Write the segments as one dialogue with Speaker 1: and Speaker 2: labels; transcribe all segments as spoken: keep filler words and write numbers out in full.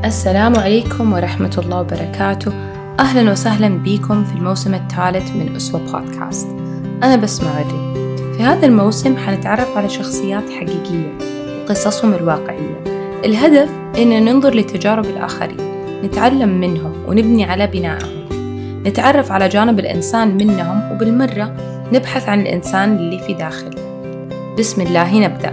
Speaker 1: السلام عليكم ورحمة الله وبركاته. أهلا وسهلا بكم في الموسم الثالث من أسوة بودكاست. أنا بسمة عري. في هذا الموسم حنتعرف على شخصيات حقيقية وقصصهم الواقعية. الهدف إن ننظر لتجارب الآخرين، نتعلم منهم ونبني على بنائهم، نتعرف على جانب الإنسان منهم، وبالمرة نبحث عن الإنسان اللي في داخل. بسم الله نبدأ.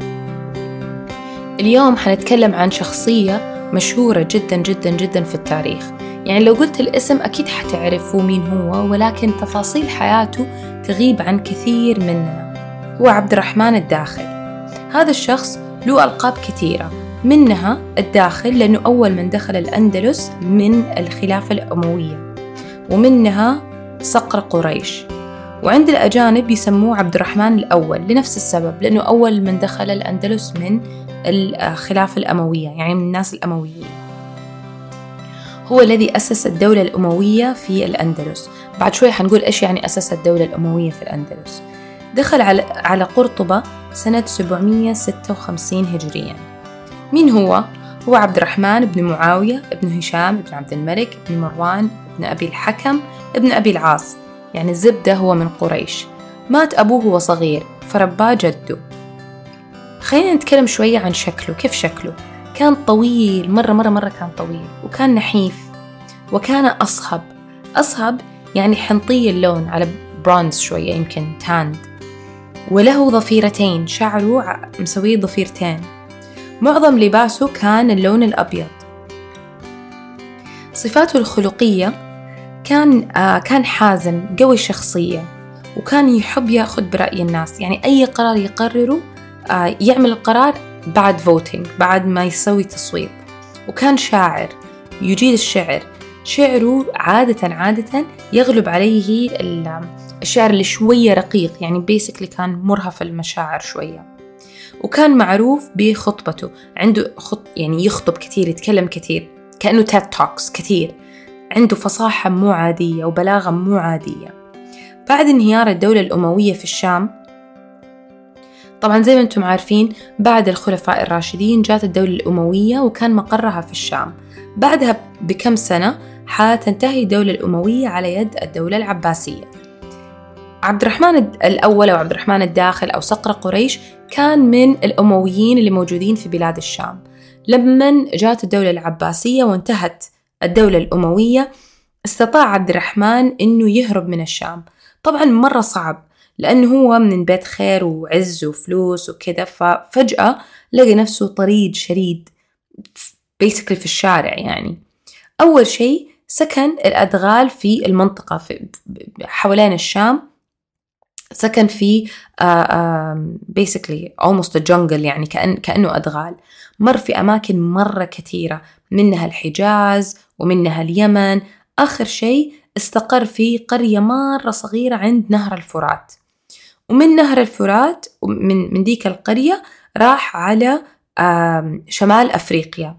Speaker 1: اليوم حنتكلم عن شخصية مشهورة جدا جدا جدا في التاريخ. يعني لو قلت الاسم أكيد حتعرفوا مين هو، ولكن تفاصيل حياته تغيب عن كثير مننا. هو عبد الرحمن الداخل. هذا الشخص له ألقاب كثيرة، منها الداخل لأنه أول من دخل الأندلس من الخلافة الأموية، ومنها صقر قريش. وعند الأجانب يسموه عبد الرحمن الأول لنفس السبب، لأنه أول من دخل الأندلس من الخلافة الأموية، يعني من الناس الأمويين. هو الذي أسس الدولة الأموية في الأندلس. بعد شوي حنقول إيش يعني أسس الدولة الأموية في الأندلس. دخل على على قرطبة سنة سبعمية وستة وخمسين هجريا. مين هو؟ هو عبد الرحمن بن معاوية بن هشام بن عبد الملك بن مروان بن أبي الحكم بن أبي العاص، يعني الزبدة هو من قريش. مات أبوه وهو صغير فرباه جده. خلينا نتكلم شوية عن شكله. كيف شكله؟ كان طويل مرة مرة مرة كان طويل، وكان نحيف، وكان أصهب. أصهب يعني حنطي اللون، على برونز شوية، يمكن تاند. وله ضفيرتين، شعره مسويه ضفيرتين. معظم لباسه كان اللون الأبيض. صفاته الخلقية كان آه كان حازم، قوي الشخصية، وكان يحب يأخذ برأي الناس. يعني أي قرار يقرره آه يعمل القرار بعد فوتينج، بعد ما يسوي تصويت. وكان شاعر، يجيد الشعر. شعره عادة عادة يغلب عليه الشعر اللي شوية رقيق، يعني بيسكلي كان مرهف المشاعر شوية. وكان معروف بخطبته، عنده خط يعني يخطب كثير، يتكلم كثير، كأنه تيد توكس كثير. عنده فصاحة مو عادية وبلاغة مو عادية. بعد انهيار الدولة الأموية في الشام، طبعا زي ما انتم عارفين بعد الخلفاء الراشدين جات الدولة الأموية وكان مقرها في الشام. بعدها بكم سنة حتنتهي الدولة الأموية على يد الدولة العباسية. عبد الرحمن الأول أو عبد الرحمن الداخل أو صقر قريش كان من الأمويين اللي موجودين في بلاد الشام. لما جات الدولة العباسية وانتهت الدولة الأموية، استطاع عبد الرحمن إنه يهرب من الشام. طبعا مرة صعب، لأنه هو من بيت خير وعز وفلوس وكذا، ففجأة لقى نفسه طريد شريد basically في الشارع. يعني أول شيء سكن الأدغال في المنطقة في حوالين الشام، سكن في uh, uh, basically almost a jungle، يعني كأن كأنه أدغال. مر في أماكن مرة كثيرة، منها الحجاز ومنها اليمن. آخر شيء استقر في قرية مرة صغيرة عند نهر الفرات، ومن نهر الفرات من من ديك القرية راح على شمال أفريقيا.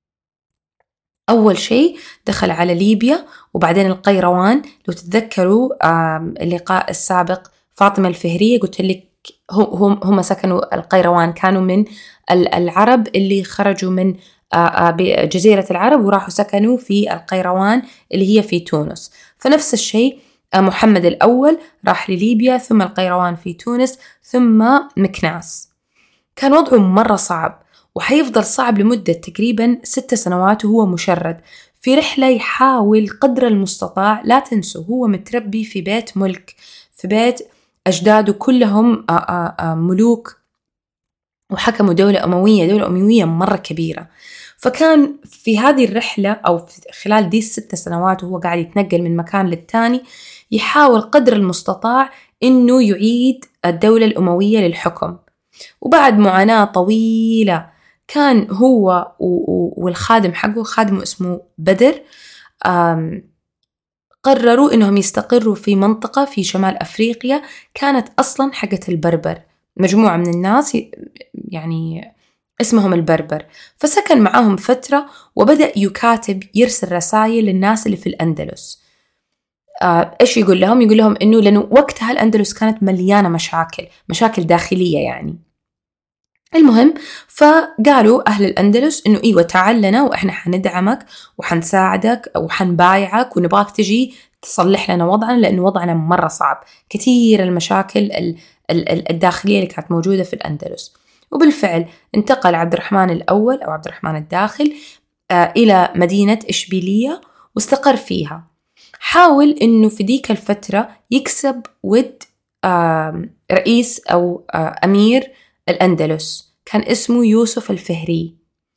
Speaker 1: أول شيء دخل على ليبيا، وبعدين القيروان. لو تتذكروا اللقاء السابق فاطمة الفهرية قلت لك هم هم سكنوا القيروان، كانوا من العرب اللي خرجوا من جزيرة العرب وراحوا سكنوا في القيروان اللي هي في تونس. فنفس الشيء محمد الأول راح لليبيا، ثم القيروان في تونس، ثم مكناس. كان وضعه مرة صعب، وحيفضل صعب لمدة تقريبا ست سنوات وهو مشرد في رحلة يحاول قدر المستطاع. لا تنسوا هو متربي في بيت ملك، في بيت أجداده كلهم ملوك وحكموا دولة أموية، دولة أموية مرة كبيرة. فكان في هذه الرحلة أو في خلال دي الست سنوات وهو قاعد يتنقل من مكان للتاني، يحاول قدر المستطاع إنه يعيد الدولة الأموية للحكم. وبعد معاناة طويلة كان هو والخادم حقه، خادمه اسمه بدر، قرروا إنهم يستقروا في منطقة في شمال أفريقيا كانت أصلاً حقة البربر، مجموعة من الناس يعني اسمهم البربر. فسكن معهم فترة وبدأ يكاتب، يرسل رسائل للناس اللي في الأندلس. آه إيش يقول لهم؟ يقول لهم إنه لأنه وقتها الأندلس كانت مليانة مشاكل، مشاكل داخلية يعني. المهم فقالوا أهل الأندلس إنه إيوة تعال لنا وإحنا حندعمك وحنساعدك وحنبايعك ونبغاك تجي تصلح لنا وضعنا، لأنه وضعنا مرة صعب، كثير المشاكل الداخلية اللي كانت موجودة في الأندلس. وبالفعل انتقل عبد الرحمن الأول أو عبد الرحمن الداخل إلى مدينة إشبيلية واستقر فيها. حاول إنه في ديك الفترة يكسب ود رئيس أو أمير الأندلس، كان اسمه يوسف الفهري،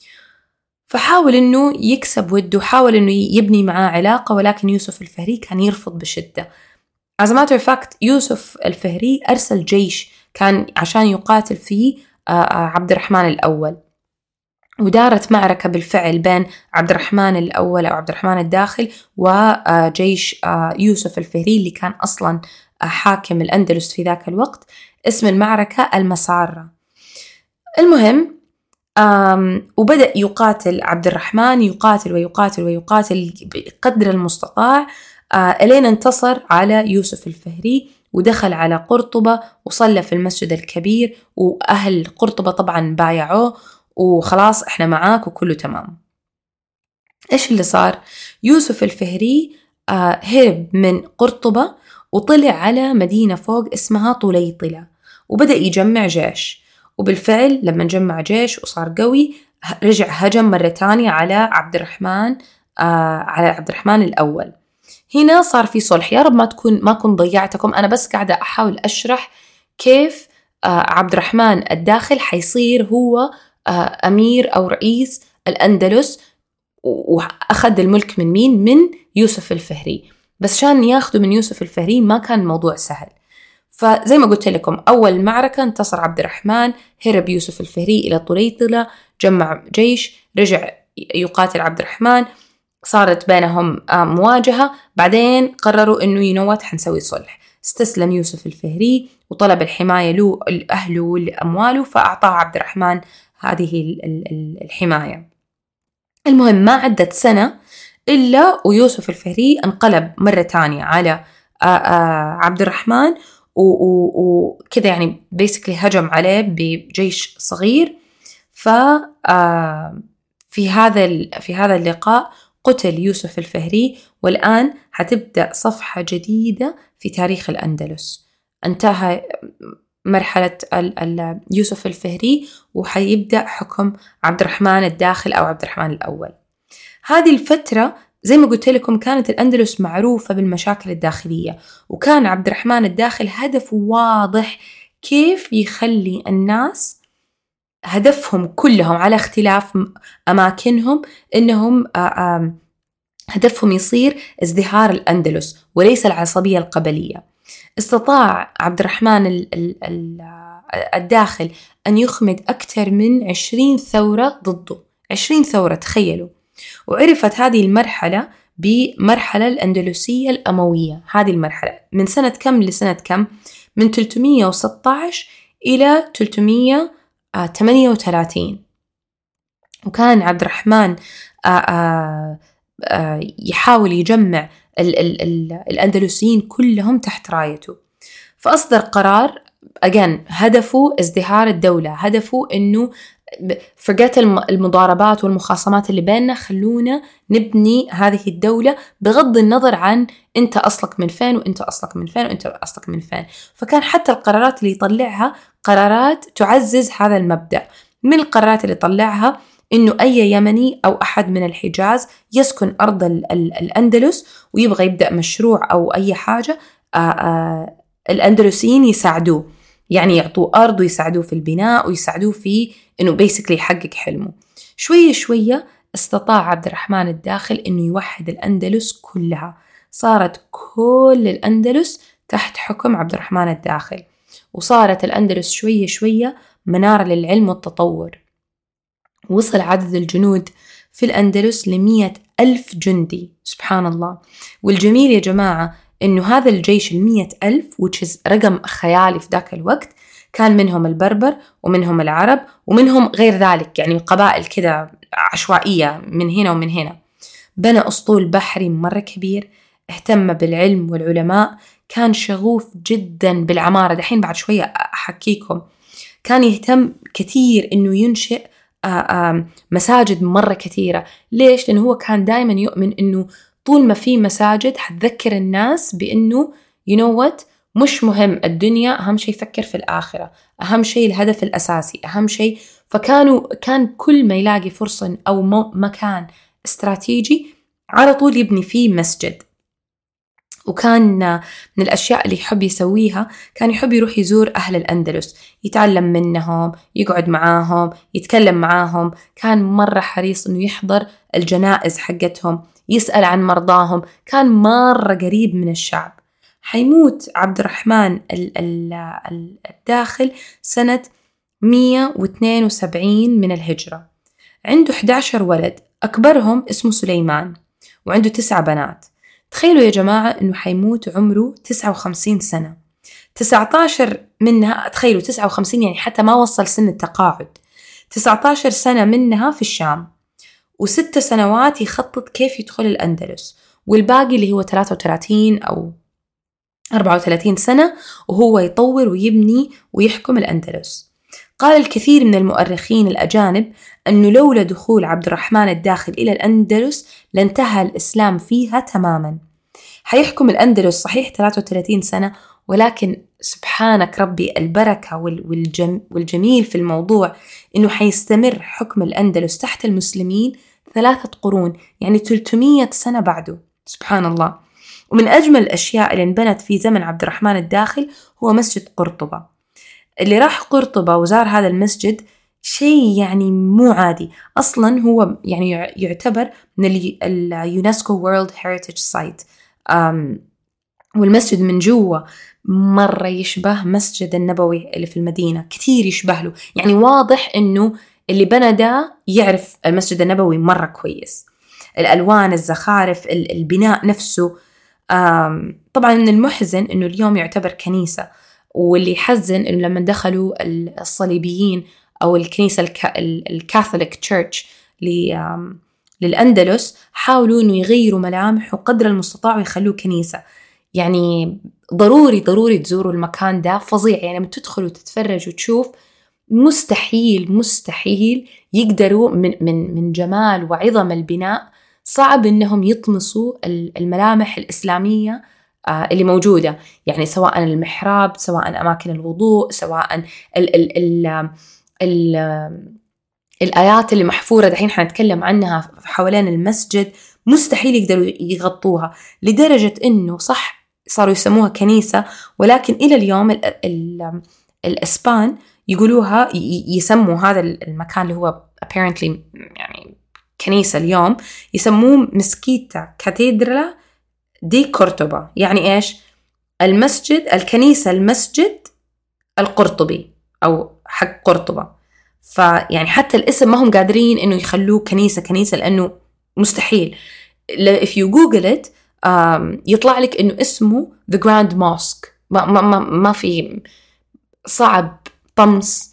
Speaker 1: فحاول إنه يكسب وده، حاول إنه يبني معاه علاقة، ولكن يوسف الفهري كان يرفض بشدة. As a matter of fact يوسف الفهري أرسل جيش كان عشان يقاتل فيه عبد الرحمن الأول، ودارت معركة بالفعل بين عبد الرحمن الأول أو عبد الرحمن الداخل وجيش يوسف الفهري اللي كان أصلاً حاكم الأندلس في ذاك الوقت. اسم المعركة المسارة. المهم وبدأ يقاتل عبد الرحمن، يقاتل ويقاتل ويقاتل بقدر المستطاع إلين انتصر على يوسف الفهري ودخل على قرطبة وصلى في المسجد الكبير، وأهل قرطبة طبعاً بايعوه وخلاص إحنا معاك وكله تمام. إيش اللي صار؟ يوسف الفهري آه هرب من قرطبة وطلع على مدينة فوق اسمها طليطلة وبدأ يجمع جيش، وبالفعل لما جمع جيش وصار قوي رجع هجم مرة تانية على عبد الرحمن آه على عبد الرحمن الأول. هنا صار في صلح. يا رب ما تكون ما كنت ضيعتكم، أنا بس قاعدة أحاول أشرح كيف آه عبد الرحمن الداخل حيصير هو أمير أو رئيس الأندلس، وأخذ الملك من مين؟ من يوسف الفهري. بس شان ياخده من يوسف الفهري ما كان موضوع سهل. فزي ما قلت لكم أول معركة انتصر عبد الرحمن، هرب يوسف الفهري إلى طليطلة، جمع جيش، رجع يقاتل عبد الرحمن، صارت بينهم مواجهة. بعدين قرروا إنه ينوت حنسوي صلح. استسلم يوسف الفهري وطلب الحماية له لأهله ولأمواله، فأعطاه عبد الرحمن هذه الحماية. المهم ما عدت سنة إلا ويوسف الفهري انقلب مرة تانية على عبد الرحمن وكذا، يعني basically هجم عليه بجيش صغير. ففي هذا في هذا اللقاء قتل يوسف الفهري، والآن حتبدأ صفحة جديدة في تاريخ الأندلس. انتهى مرحلة يوسف الفهري وحيبدأ حكم عبد الرحمن الداخل أو عبد الرحمن الأول. هذه الفترة زي ما قلت لكم كانت الأندلس معروفة بالمشاكل الداخلية، وكان عبد الرحمن الداخل هدفه واضح، كيف يخلي الناس هدفهم كلهم على اختلاف أماكنهم إنهم هدفهم يصير ازدهار الأندلس وليس العصبية القبلية. استطاع عبد الرحمن الداخل أن يخمد أكثر من عشرين ثورة ضده، عشرين ثورة تخيلوا. وعرفت هذه المرحلة بمرحلة الأندلسية الأموية. هذه المرحلة من سنة كم لسنة كم؟ من ثلاثمية وستة عشر إلى ثلاثمية وثمانية وثلاثين. وكان عبد الرحمن يحاول يجمع ال ال ال الأندلسيين كلهم تحت رايته. فأصدر قرار again هدفه ازدهار الدولة، هدفه إنه فرقت المضاربات والمخاصمات اللي بيننا، خلونا نبني هذه الدولة بغض النظر عن أنت أصلك من فين وأنت أصلك من فين وأنت أصلك من فين. فكان حتى القرارات اللي يطلعها قرارات تعزز هذا المبدأ. من القرارات اللي طلعها إنه أي يمني أو أحد من الحجاز يسكن أرض ال ال الأندلس ويبغى يبدأ مشروع أو أي حاجة، آآ آآ الأندلسيين يساعدوه، يعني يعطوه أرض ويساعدوه في البناء ويساعدوه في إنه basically يحقق حلمه. شوية شوية استطاع عبد الرحمن الداخل إنه يوحد الأندلس كلها، صارت كل الأندلس تحت حكم عبد الرحمن الداخل، وصارت الأندلس شوية شوية منارة للعلم والتطور. وصل عدد الجنود في الأندلس لمية ألف جندي، سبحان الله. والجميل يا جماعة إنه هذا الجيش المية ألف which is رقم خيالي في ذاك الوقت، كان منهم البربر ومنهم العرب ومنهم غير ذلك، يعني قبائل كده عشوائية من هنا ومن هنا. بنى أسطول بحري مرة كبير، اهتم بالعلم والعلماء، كان شغوف جدا بالعمارة. دحين بعد شوية أحكيكم كان يهتم كثير إنه ينشئ مساجد مرة كثيرة. ليش؟ لأنه هو كان دائما يؤمن إنه طول ما في مساجد حتذكر الناس بإنه you know what، مش مهم الدنيا، أهم شيء يفكر في الآخرة، أهم شيء الهدف الأساسي، أهم شيء. فكانوا كان كل ما يلاقي فرصة أو مكان استراتيجي على طول يبني فيه مسجد. وكان من الأشياء اللي يحب يسويها كان يحب يروح يزور أهل الأندلس، يتعلم منهم، يقعد معاهم، يتكلم معاهم. كان مرة حريص إنه يحضر الجنائز حقتهم، يسأل عن مرضاهم، كان مرة قريب من الشعب. حيموت عبد الرحمن الداخل سنة مية واثنين وسبعين من الهجرة. عنده إحدى عشر ولد، أكبرهم اسمه سليمان، وعنده تسع بنات. تخيلوا يا جماعة إنه حيموت عمره تسعة وخمسين سنة. تسعة عشر منها، تخيلوا تسعة وخمسين يعني حتى ما وصل سن التقاعد. تسعة عشر سنة منها في الشام، وست سنوات يخطط كيف يدخل الأندلس، والباقي اللي هو ثلاثة وثلاثين أو أربعة وثلاثين سنة وهو يطور ويبني ويحكم الأندلس. قال الكثير من المؤرخين الأجانب أنه لولا دخول عبد الرحمن الداخل إلى الأندلس لانتهى الإسلام فيها تماما. حيحكم الأندلس صحيح ثلاثة وثلاثين سنة، ولكن سبحانك ربي البركة والجم والجميل في الموضوع أنه حيستمر حكم الأندلس تحت المسلمين ثلاثة قرون، يعني ثلاثمية سنة بعده. سبحان الله. ومن أجمل الأشياء اللي انبنت في زمن عبد الرحمن الداخل هو مسجد قرطبة. اللي راح قرطبة وزار هذا المسجد شيء يعني مو عادي أصلاً. هو يعني يعتبر من اليونسكو World Heritage Site، والمسجد من جوا مرة يشبه مسجد النبوي اللي في المدينة، كثير يشبه له. يعني واضح إنه اللي بنى ده يعرف المسجد النبوي مرة كويس. الألوان، الزخارف، البناء نفسه. طبعاً من المحزن إنه اليوم يعتبر كنيسة، واللي يحزن إنه لما دخلوا الصليبيين أو الكنيسة الكاثوليك تشيرش للأندلس حاولوا إنه يغيروا ملامحه قدر المستطاع ويخلوه كنيسة. يعني ضروري ضروري تزوروا المكان ده، فظيع. يعني لما تدخل وتتفرج وتشوف مستحيل مستحيل يقدروا من من من جمال وعظم البناء صعب إنهم يطمسوا الملامح الإسلامية اللي موجودة. يعني سواء المحراب، سواء أماكن الوضوء، سواء ال ال ال ال الآيات اللي محفورة دحين حنتكلم عنها حوالين المسجد، مستحيل يقدروا يغطوها. لدرجة إنه صح صاروا يسموها كنيسة، ولكن إلى اليوم ال ال الإسبان يقولوها، يسموا هذا المكان اللي هو apparently يعني كنيسة اليوم، يسموه مسكيتا كاتيدرالا دي قرطبة. يعني إيش؟ المسجد الكنيسة المسجد القرطبي أو حق قرطبة. فيعني حتى الاسم ما هم قادرين إنه يخلوه كنيسة كنيسة، لأنه مستحيل. if you google it يطلع لك إنه اسمه the Grand Mosque. ما ما ما, ما في، صعب طمس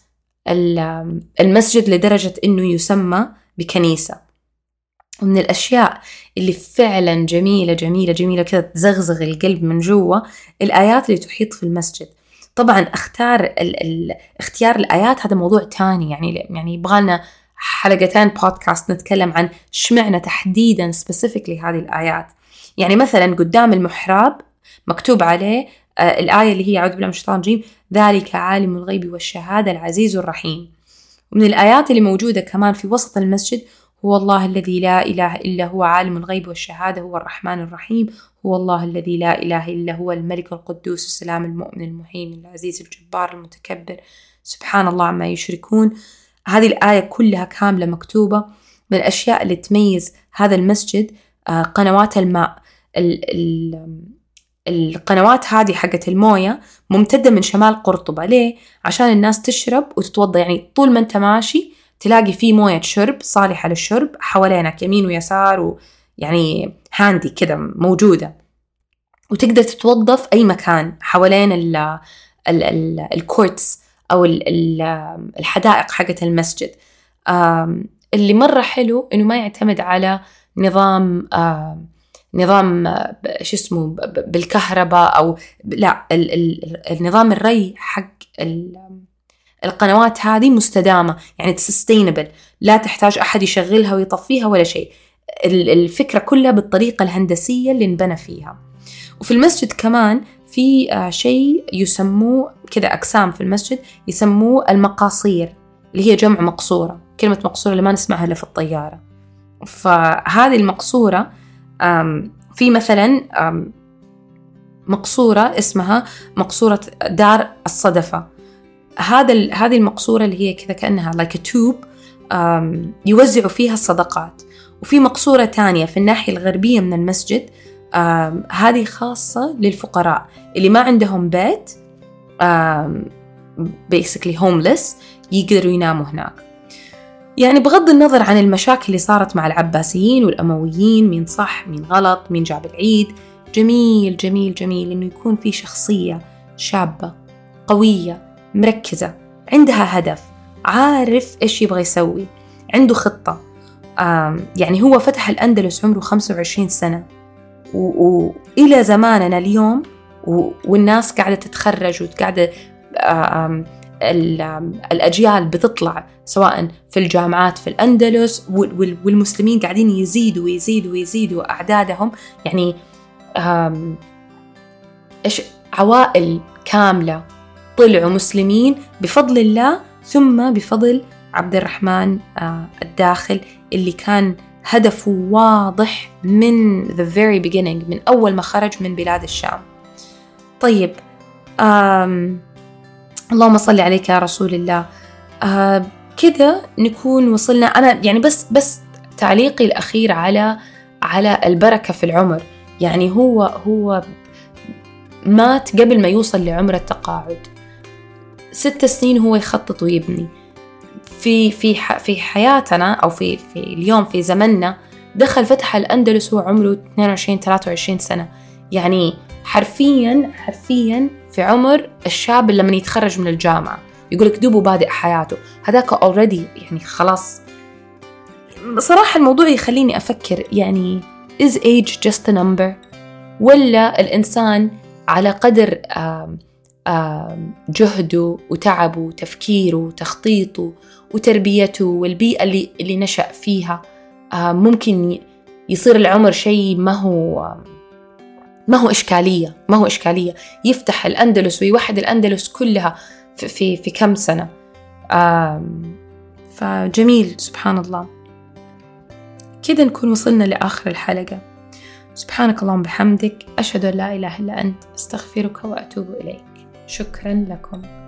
Speaker 1: المسجد لدرجة إنه يسمى بكنيسة. ومن الأشياء اللي فعلا جميلة جميلة جميلة كذا تزغزغ القلب من جوا الآيات اللي تحيط في المسجد. طبعا اختار ال ال اختيار الآيات هذا موضوع تاني، يعني يعني يبغالنا حلقتين بودكاست نتكلم عن شمعنا تحديدا specifically هذه الآيات. يعني مثلا قدام المحراب مكتوب عليه آه الآية اللي هي أعوذ بالله من الشيطان الرجيم ذلك عالم الغيب والشهادة العزيز الرحيم. ومن الآيات اللي موجودة كمان في وسط المسجد هو الله الذي لا إله إلا هو عالم الغيب والشهادة هو الرحمن الرحيم، هو الله الذي لا إله إلا هو الملك القدوس السلام المؤمن المهيمن العزيز الجبار المتكبر سبحان الله عما يشركون. هذه الآية كلها كاملة مكتوبة. من الأشياء اللي تميز هذا المسجد قنوات الماء. ال ال القنوات هذه حقت الموية ممتدة من شمال قرطبة. ليه؟ عشان الناس تشرب وتتوضى. يعني طول ما أنت ماشي تلاقي فيه موية شرب صالحة للشرب حوالينك يمين ويسار، ويعني هاندي كده موجودة، وتقدر تتوضى في أي مكان حوالين ال ال ال الكورتس أو ال ال الحدائق حقت المسجد. اللي مرة حلو إنه ما يعتمد على نظام نظام شو اسمه بالكهرباء أو لا، ال ال النظام الري حق القنوات هذه مستدامة، يعني sustainable، لا تحتاج أحد يشغلها ويطفيها ولا شيء. الفكرة كلها بالطريقة الهندسية اللي انبنى فيها. وفي المسجد كمان في شيء يسموه كذا أقسام في المسجد يسموه المقاصير، اللي هي جمع مقصورة. كلمة مقصورة اللي ما نسمعها إلا في الطيارة. فهذه المقصورة في مثلا مقصورة اسمها مقصورة دار الصدفة. هذا هذه المقصورة اللي هي كذا كأنها like a tube يوزعوا فيها الصدقات. وفي مقصورة تانية في الناحية الغربية من المسجد، هذه خاصة للفقراء اللي ما عندهم بيت، basically homeless، يقدروا يناموا هناك. يعني بغض النظر عن المشاكل اللي صارت مع العباسيين والأمويين، مين صح مين غلط مين جاب العيد، جميل جميل جميل إنه يكون في شخصية شابة قوية مركزة، عندها هدف، عارف إيش يبغى يسوي، عنده خطة. يعني هو فتح الأندلس عمره خمسة وعشرين سنة، وإلى زماننا اليوم والناس قاعدة تتخرج وقاعدة الأجيال بتطلع سواء في الجامعات في الأندلس، والمسلمين قاعدين يزيدوا ويزيدوا ويزيدوا أعدادهم. يعني إيش عوائل كاملة طلعوا مسلمين بفضل الله، ثم بفضل عبد الرحمن الداخل اللي كان هدفه واضح من the very beginning، من أول ما خرج من بلاد الشام. طيب اللهم صل عليك يا رسول الله. كده نكون وصلنا. أنا يعني بس بس تعليقي الأخير على على البركة في العمر. يعني هو هو مات قبل ما يوصل لعمر التقاعد، ست سنين هو يخطط ويبني. في في في حياتنا أو في في اليوم في زمننا دخل فتح الأندلس هو عمره اثنين وعشرين ثلاثة وعشرين سنة. يعني حرفيا حرفيا في عمر الشاب لما يتخرج من الجامعة يقولك دوبه بادئ حياته، هذاك already يعني خلاص. بصراحة الموضوع يخليني أفكر، يعني is age just a number، ولا الإنسان على قدر آم آم جهده وتعبه وتفكيره وتخطيطه وتربيته والبيئة اللي, اللي نشأ فيها ممكن يصير العمر شيء ما هو ما هو إشكالية ما هو إشكالية يفتح الأندلس ويوحد الأندلس كلها في, في, في كم سنة. فجميل سبحان الله. كده نكون وصلنا لآخر الحلقة. سبحانك اللهم بحمدك، أشهد أن لا إله إلا أنت، أستغفرك وأتوب إليك. شكرا لكم.